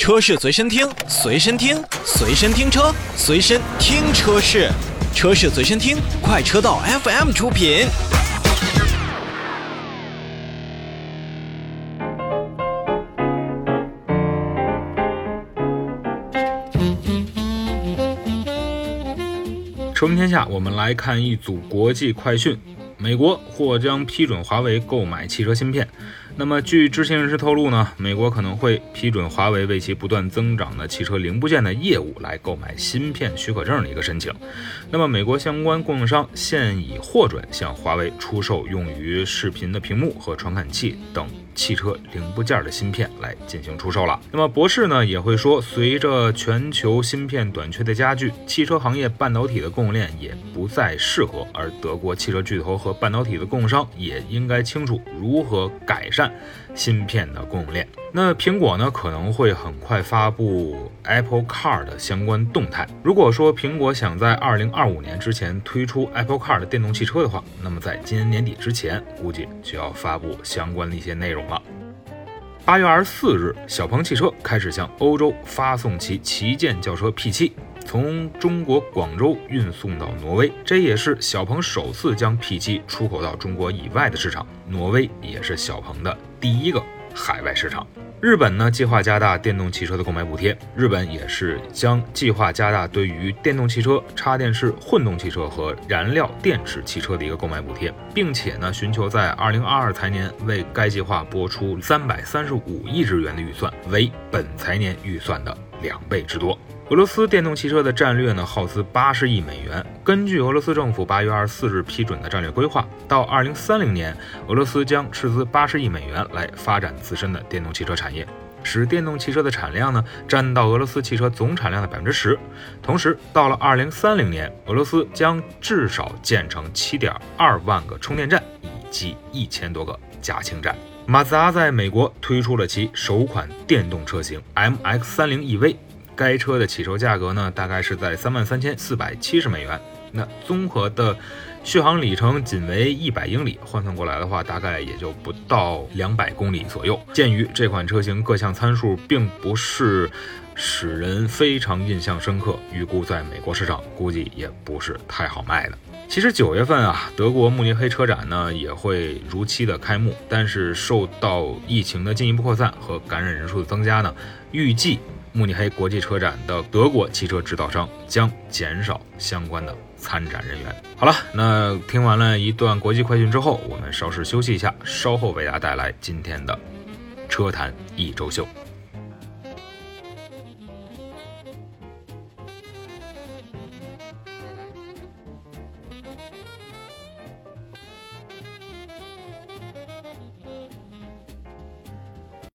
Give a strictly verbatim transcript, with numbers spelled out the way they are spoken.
车市随身听，随身听，随身听车，随身听车市，车市随身听，快车道 F M 出品。 车闻天下，我们来看一组国际快讯。美国或将批准华为购买汽车芯片。那么据知情人士透露呢，美国可能会批准华为为其不断增长的汽车零部件的业务来购买芯片许可证的一个申请。那么美国相关供应商现已获准向华为出售用于视频的屏幕和传感器等汽车零部件的芯片来进行出售了。那么博士呢也会说，随着全球芯片短缺的加剧，汽车行业半导体的供应链也不再适合，而德国汽车巨头和半导体的供应商也应该清楚如何改善芯片的供应链。那苹果呢可能会很快发布 Apple Car 的相关动态。如果说苹果想在二零二五年之前推出 Apple Car 的电动汽车的话，那么在今年年底之前估计就要发布相关的一些内容了。八月二十四日，小鹏汽车开始向欧洲发送其旗舰轿车 P 七， 从中国广州运送到挪威，这也是小鹏首次将 P 七 出口到中国以外的市场，挪威也是小鹏的第一个海外市场。日本呢计划加大电动汽车的购买补贴，日本也是将计划加大对于电动汽车、插电式混动汽车和燃料电池汽车的一个购买补贴，并且呢寻求在二零二二财年为该计划拨出三百三十五亿日元的预算，为本财年预算的两倍之多。俄罗斯电动汽车的战略呢耗资八十亿美元。根据俄罗斯政府八月二十四日批准的战略规划，到二零三零年，俄罗斯将斥资八十亿美元来发展自身的电动汽车产业，使电动汽车的产量呢占到俄罗斯汽车总产量的 百分之十。 同时到了二零三零年，俄罗斯将至少建成 七点二万个充电站以及一千多个加氢站。马自达在美国推出了其首款电动车型 M X 三十 E V，该车的起售价格呢，大概是在三万三千四百七十美元。那综合的续航里程仅为一百英里，换算过来的话，大概也就不到两百公里左右。鉴于这款车型各项参数并不是使人非常印象深刻，预估在美国市场估计也不是太好卖的。其实九月份啊，德国慕尼黑车展呢也会如期的开幕，但是受到疫情的进一步扩散和感染人数的增加呢，预计慕尼黑国际车展的德国汽车制造商将减少相关的参展人员。好了，那听完了一段国际快讯之后，我们稍事休息一下，稍后为大家带来今天的车坛一周秀。